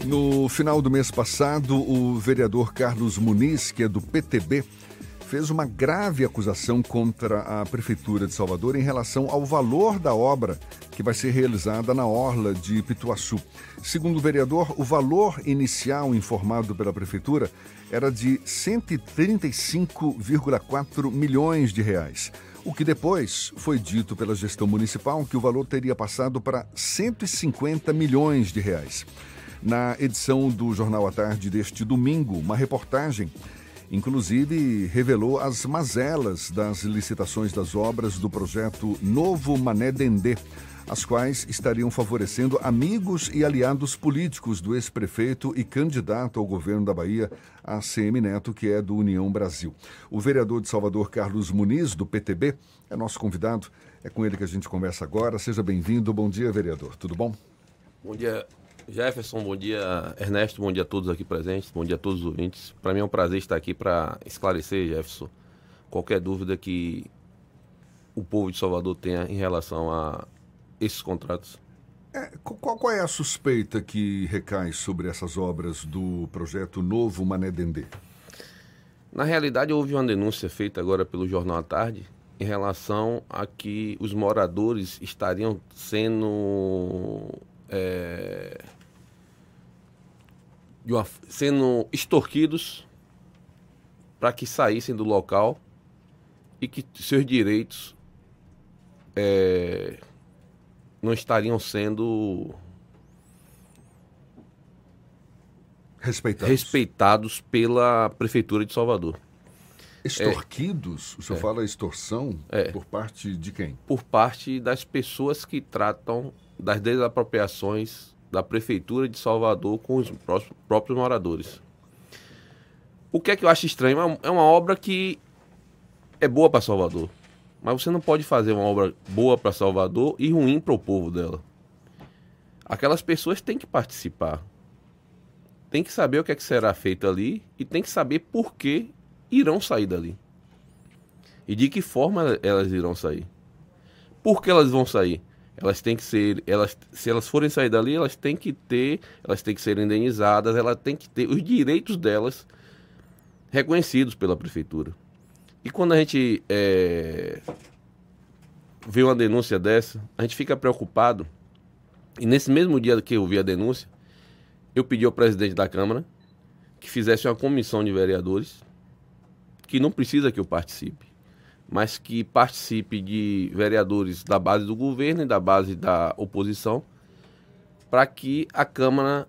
No final do mês passado, o vereador Carlos Muniz, que é do PTB, fez uma grave acusação contra a Prefeitura de Salvador em relação ao valor da obra que vai ser realizada na orla de Pituaçu. Segundo o vereador, o valor inicial informado pela Prefeitura era de 135,4 milhões de reais, o que depois foi dito pela gestão municipal que o valor teria passado para 150 milhões de reais. Na edição do Jornal à Tarde deste domingo, uma reportagem inclusive revelou as mazelas das licitações das obras do projeto Novo Mané Dendê, as quais estariam favorecendo amigos e aliados políticos do ex-prefeito e candidato ao governo da Bahia, ACM Neto, que é do União Brasil. O vereador de Salvador, Carlos Muniz, do PTB, é nosso convidado. É com ele que a gente conversa agora. Seja bem-vindo. Bom dia, vereador. Tudo bom? Bom dia, Jefferson, bom dia, Ernesto, bom dia a todos aqui presentes, bom dia a todos os ouvintes. Para mim é um prazer estar aqui para esclarecer, Jefferson, qualquer dúvida que o povo de Salvador tenha em relação a esses contratos. Qual é a suspeita que recai sobre essas obras do projeto Novo Mané Dendê? Na realidade, houve uma denúncia feita agora pelo Jornal à Tarde em relação a que os moradores estariam sendo extorquidos para que saíssem do local e que seus direitos não estariam sendo respeitados pela Prefeitura de Salvador. Extorquidos? O senhor fala extorsão? Por parte de quem? Por parte das pessoas que tratam das desapropriações da Prefeitura de Salvador com os próprios moradores. O que é que eu acho estranho? É uma obra que é boa para Salvador, mas você não pode fazer uma obra boa para Salvador e ruim para o povo dela. Aquelas pessoas têm que participar, têm que saber o que é que será feito ali e têm que saber por que irão sair dali e de que forma elas irão sair. Por que elas vão sair? Elas têm que ser, se elas forem sair dali, elas têm que ser indenizadas, elas têm que ter os direitos delas reconhecidos pela Prefeitura. E quando a gente vê uma denúncia dessa, a gente fica preocupado. E nesse mesmo dia que eu vi a denúncia, eu pedi ao presidente da Câmara que fizesse uma comissão de vereadores, que não precisa que eu participe, mas que participe de vereadores da base do governo e da base da oposição, para que a Câmara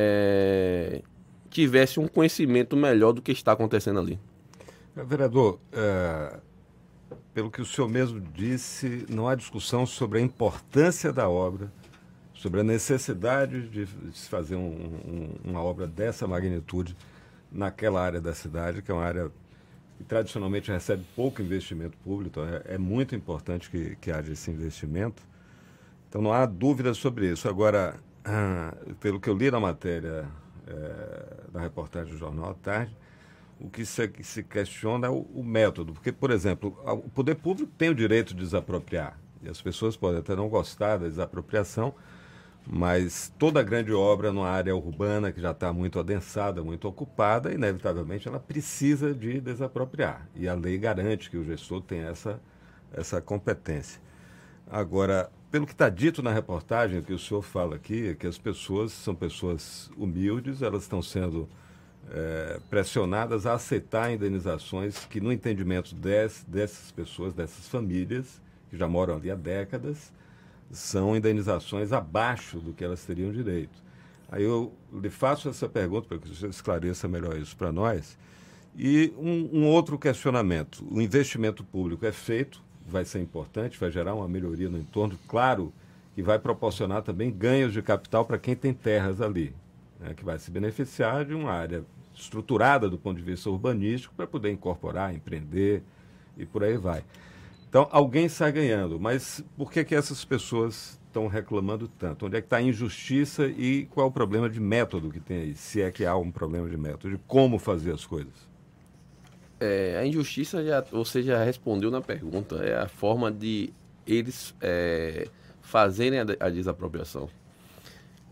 tivesse um conhecimento melhor do que está acontecendo ali. Vereador, pelo que o senhor mesmo disse, não há discussão sobre a importância da obra, sobre a necessidade de se fazer uma obra dessa magnitude naquela área da cidade, que é uma área que tradicionalmente recebe pouco investimento público. Então é muito importante que haja esse investimento. Então não há dúvida sobre isso. Agora, pelo que eu li na matéria da reportagem do Jornal à Tarde, o que se questiona é o método. Porque, por exemplo, o poder público tem o direito de desapropriar. E as pessoas podem até não gostar da desapropriação, mas toda grande obra numa área urbana que já está muito adensada, muito ocupada, inevitavelmente ela precisa de desapropriar. E a lei garante que o gestor tem essa competência. Agora, pelo que está dito na reportagem, o que o senhor fala aqui, é que as pessoas são pessoas humildes, elas estão sendo pressionadas a aceitar indenizações que, no entendimento dessas pessoas, dessas famílias, que já moram ali há décadas, são indenizações abaixo do que elas teriam direito. Aí eu lhe faço essa pergunta para que você esclareça melhor isso para nós. E um outro questionamento. O investimento público é feito, vai ser importante, vai gerar uma melhoria no entorno, claro que vai proporcionar também ganhos de capital para quem tem terras ali, né, que vai se beneficiar de uma área estruturada do ponto de vista urbanístico para poder incorporar, empreender e por aí vai. Então, alguém sai ganhando, mas por que essas pessoas estão reclamando tanto? Onde é que está a injustiça e qual é o problema de método que tem aí? Se é que há um problema de método, de como fazer as coisas. A injustiça, você já respondeu na pergunta, é a forma de eles fazerem a desapropriação.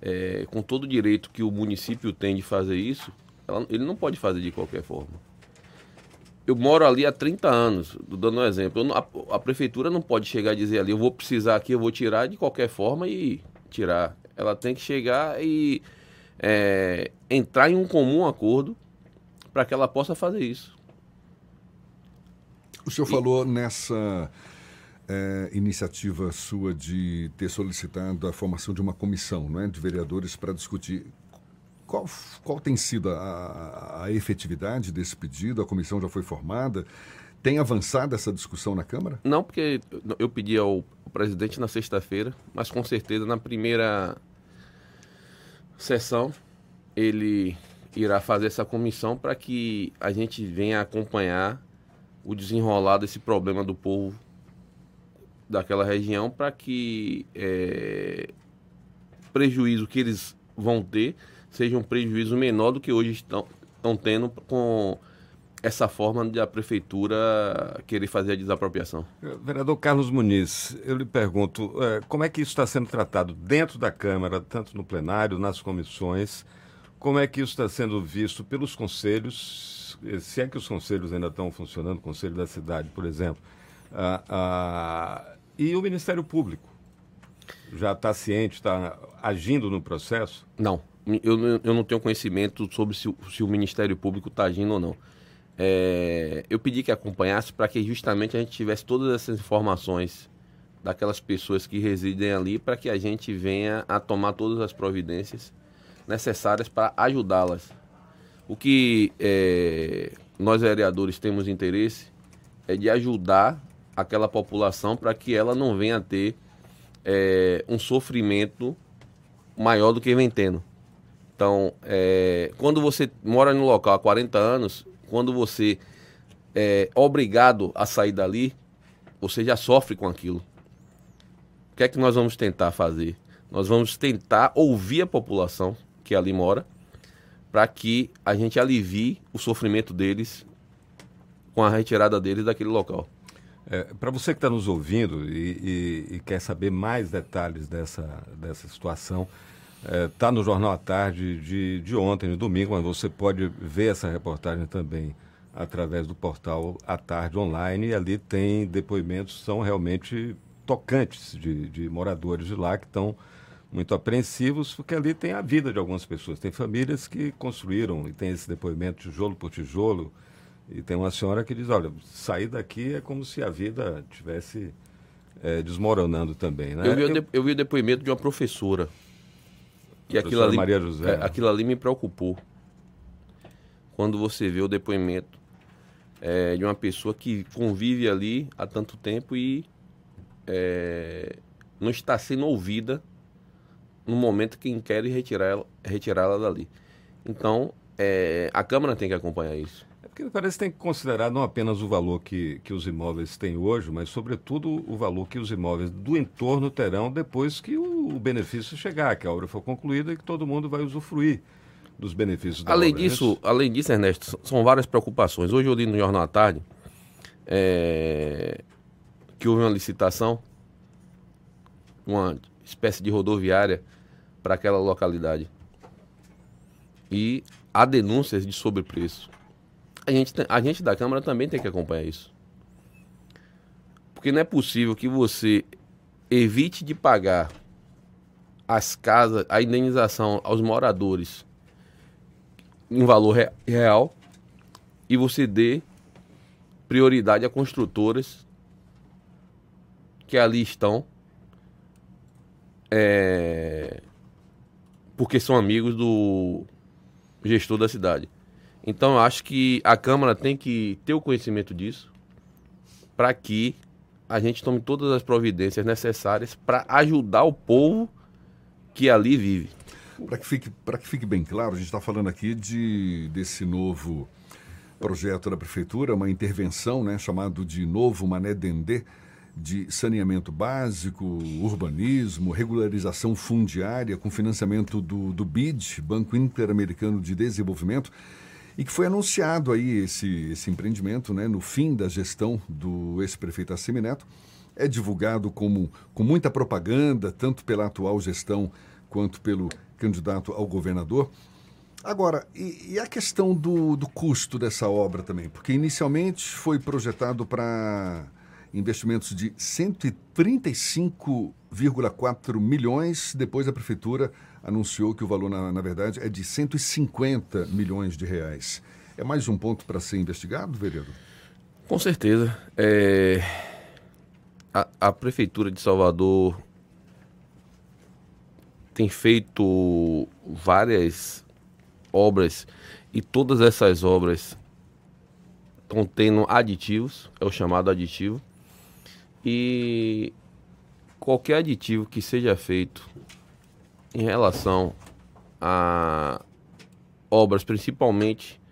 com todo o direito que o município tem de fazer isso, ele não pode fazer de qualquer forma. Eu moro ali há 30 anos, dando um exemplo. A prefeitura não pode chegar e dizer ali, eu vou precisar aqui, eu vou tirar de qualquer forma e tirar. Ela tem que chegar e entrar em um comum acordo para que ela possa fazer isso. O senhor falou nessa iniciativa sua de ter solicitado a formação de uma comissão, não é, de vereadores para discutir. Qual tem sido a efetividade desse pedido? A comissão já foi formada? Tem avançado essa discussão na Câmara? Não, porque eu pedi ao presidente na sexta-feira, mas com certeza na primeira sessão ele irá fazer essa comissão para que a gente venha acompanhar o desenrolar desse problema do povo daquela região, para que prejuízo que eles vão ter seja um prejuízo menor do que hoje estão tendo com essa forma de a prefeitura querer fazer a desapropriação. Vereador Carlos Muniz, eu lhe pergunto, como é que isso está sendo tratado dentro da Câmara, tanto no plenário, nas comissões? Como é que isso está sendo visto pelos conselhos, se é que os conselhos ainda estão funcionando, o Conselho da Cidade, por exemplo, e o Ministério Público? Já está ciente, está agindo no processo? Não, eu não tenho conhecimento sobre se o Ministério Público está agindo ou não. Eu pedi que acompanhasse para que justamente a gente tivesse todas essas informações daquelas pessoas que residem ali, para que a gente venha a tomar todas as providências necessárias para ajudá-las. O que nós vereadores temos interesse é de ajudar aquela população para que ela não venha a ter um sofrimento maior do que vem tendo. Então, quando você mora no local há 40 anos, quando você é obrigado a sair dali, você já sofre com aquilo. O que é que nós vamos tentar fazer? Nós vamos tentar ouvir a população que ali mora, para que a gente alivie o sofrimento deles com a retirada deles daquele local. Para você que está nos ouvindo e quer saber mais detalhes dessa situação, está no Jornal à Tarde de ontem, no domingo, mas você pode ver essa reportagem também através do portal À Tarde Online, e ali tem depoimentos que são realmente tocantes de moradores de lá que estão muito apreensivos, porque ali tem a vida de algumas pessoas. Tem famílias que construíram e tem esse depoimento tijolo por tijolo, e tem uma senhora que diz, olha, sair daqui é como se a vida estivesse desmoronando também. Né? Eu vi o depoimento de uma professora. E Maria José. Aquilo ali me preocupou. Quando você vê o depoimento de uma pessoa que convive ali há tanto tempo e não está sendo ouvida no momento que quer retirá-la dali. Então, a Câmara tem que acompanhar isso. Porque parece que tem que considerar não apenas o valor que os imóveis têm hoje, mas, sobretudo, o valor que os imóveis do entorno terão depois que o benefício chegar, que a obra for concluída e que todo mundo vai usufruir dos benefícios da obra. Além disso, Ernesto, são várias preocupações. Hoje eu li no Jornal à Tarde que houve uma licitação, uma espécie de rodoviária para aquela localidade. E há denúncias de sobrepreço. A gente da Câmara também tem que acompanhar isso. Porque não é possível que você evite de pagar as casas, a indenização aos moradores em valor real, e você dê prioridade a construtoras que ali estão porque são amigos do gestor da cidade. Então, eu acho que a Câmara tem que ter o conhecimento disso para que a gente tome todas as providências necessárias para ajudar o povo que ali vive. Para que fique bem claro, a gente está falando aqui desse novo projeto da Prefeitura, uma intervenção, né, chamado de Novo Mané Dendê, de saneamento básico, urbanismo, regularização fundiária, com financiamento do BID, Banco Interamericano de Desenvolvimento, e que foi anunciado aí esse empreendimento, né, no fim da gestão do ex-prefeito Assemineto. É divulgado com muita propaganda, tanto pela atual gestão quanto pelo candidato ao governador. Agora, e a questão do custo dessa obra também? Porque inicialmente foi projetado para investimentos de 135,4 milhões, depois a prefeitura anunciou que o valor, na verdade, é de 150 milhões de reais. É mais um ponto para ser investigado, vereador? Com certeza. A Prefeitura de Salvador tem feito várias obras e todas essas obras estão tendo aditivos, é o chamado aditivo. E qualquer aditivo que seja feito em relação a obras, principalmente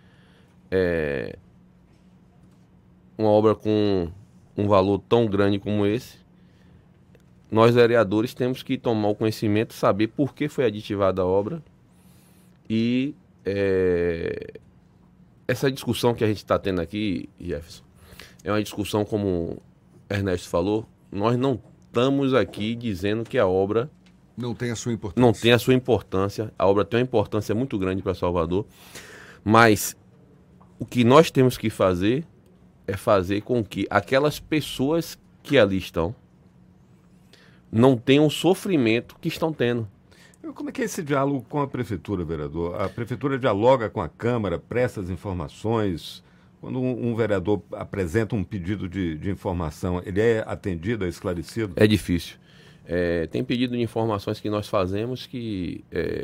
uma obra com um valor tão grande como esse, nós vereadores temos que tomar o conhecimento, saber por que foi aditivada a obra e essa discussão que a gente está tendo aqui, Jefferson, é uma discussão, como Ernesto falou, nós não estamos aqui dizendo que a obra não tem a sua importância. Não tem a sua importância. A obra tem uma importância muito grande para Salvador. Mas o que nós temos que fazer é fazer com que aquelas pessoas que ali estão não tenham o sofrimento que estão tendo. Como é que é esse diálogo com a prefeitura, vereador? A prefeitura dialoga com a Câmara, presta as informações. Quando um vereador apresenta um pedido de informação, ele é atendido, é esclarecido? É difícil. Tem pedido de informações que nós fazemos que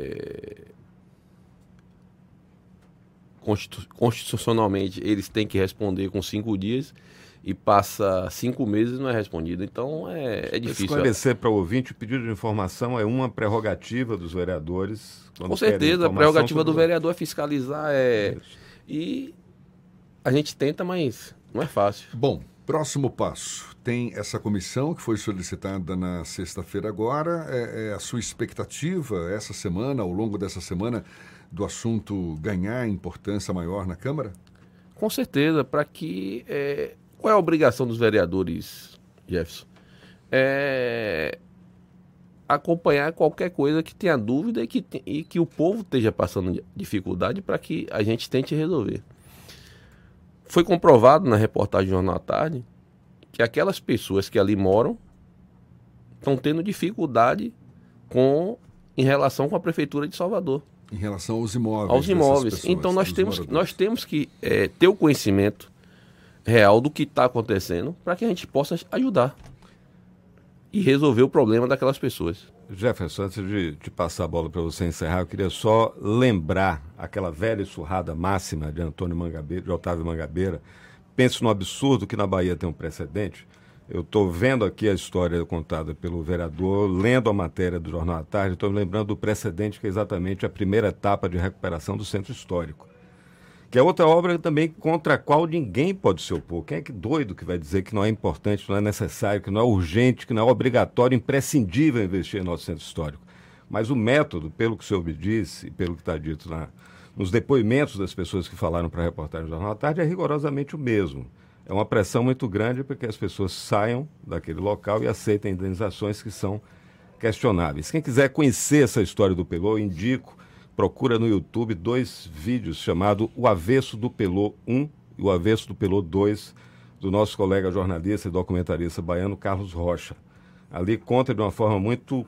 constitucionalmente eles têm que responder com 5 dias e passa 5 meses e não é respondido. Então é difícil. Esclarecer para o ouvinte, o pedido de informação é uma prerrogativa dos vereadores? Com certeza, a prerrogativa do vereador é fiscalizar. E a gente tenta, mas não é fácil. Bom, próximo passo. Tem essa comissão que foi solicitada na sexta-feira agora. A sua expectativa essa semana, ao longo dessa semana, do assunto ganhar importância maior na Câmara? Com certeza, para que... qual é a obrigação dos vereadores, Jefferson? Acompanhar qualquer coisa que tenha dúvida e que o povo esteja passando dificuldade para que a gente tente resolver. Foi comprovado na reportagem do Jornal à Tarde que aquelas pessoas que ali moram estão tendo dificuldade em relação com a Prefeitura de Salvador. Em relação aos imóveis. Aos imóveis. Pessoas, então nós temos que ter o conhecimento real do que está acontecendo para que a gente possa ajudar e resolver o problema daquelas pessoas. Jefferson, antes de passar a bola para você encerrar, eu queria só lembrar aquela velha e surrada máxima de Otávio Mangabeira. Pense no absurdo que na Bahia tem um precedente. Eu estou vendo aqui a história contada pelo vereador, lendo a matéria do Jornal à Tarde, estou me lembrando do precedente que é exatamente a primeira etapa de recuperação do Centro Histórico, que é outra obra também contra a qual ninguém pode se opor. Quem é que doido que vai dizer que não é importante, não é necessário, que não é urgente, que não é obrigatório, imprescindível investir em nosso Centro Histórico? Mas o método, pelo que o senhor me disse e pelo que está dito nos depoimentos das pessoas que falaram para a reportagem do Jornal à Tarde, é rigorosamente o mesmo. É uma pressão muito grande para que as pessoas saiam daquele local e aceitem indenizações que são questionáveis. Quem quiser conhecer essa história do Pelô, eu indico, procura no YouTube 2 vídeos chamados O Avesso do Pelô 1 e O Avesso do Pelô 2, do nosso colega jornalista e documentarista baiano Carlos Rocha. Ali conta de uma forma muito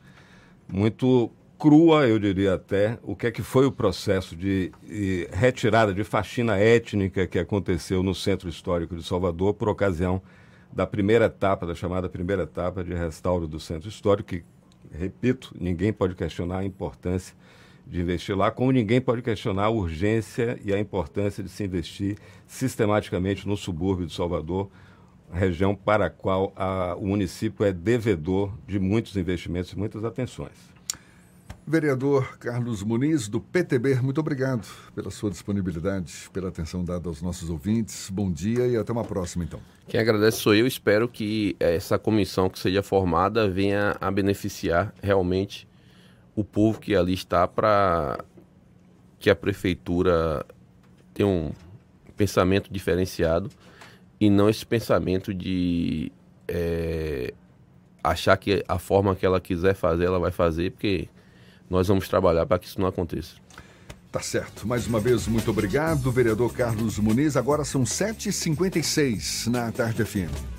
crua, eu diria até, o que é que foi o processo de retirada, de faxina étnica que aconteceu no Centro Histórico de Salvador por ocasião da primeira etapa, da chamada primeira etapa de restauro do Centro Histórico, que, repito, ninguém pode questionar a importância de investir lá, como ninguém pode questionar a urgência e a importância de se investir sistematicamente no subúrbio de Salvador, região para a qual o município é devedor de muitos investimentos e muitas atenções. Vereador Carlos Muniz, do PTB, muito obrigado pela sua disponibilidade, pela atenção dada aos nossos ouvintes. Bom dia e até uma próxima, então. Quem agradece sou eu. Espero que essa comissão que seja formada venha a beneficiar realmente o povo que ali está, para que a prefeitura tenha um pensamento diferenciado e não esse pensamento de achar que a forma que ela quiser fazer, ela vai fazer, porque nós vamos trabalhar para que isso não aconteça. Tá certo. Mais uma vez, muito obrigado, vereador Carlos Muniz. Agora são 7h56 na Tarde FM.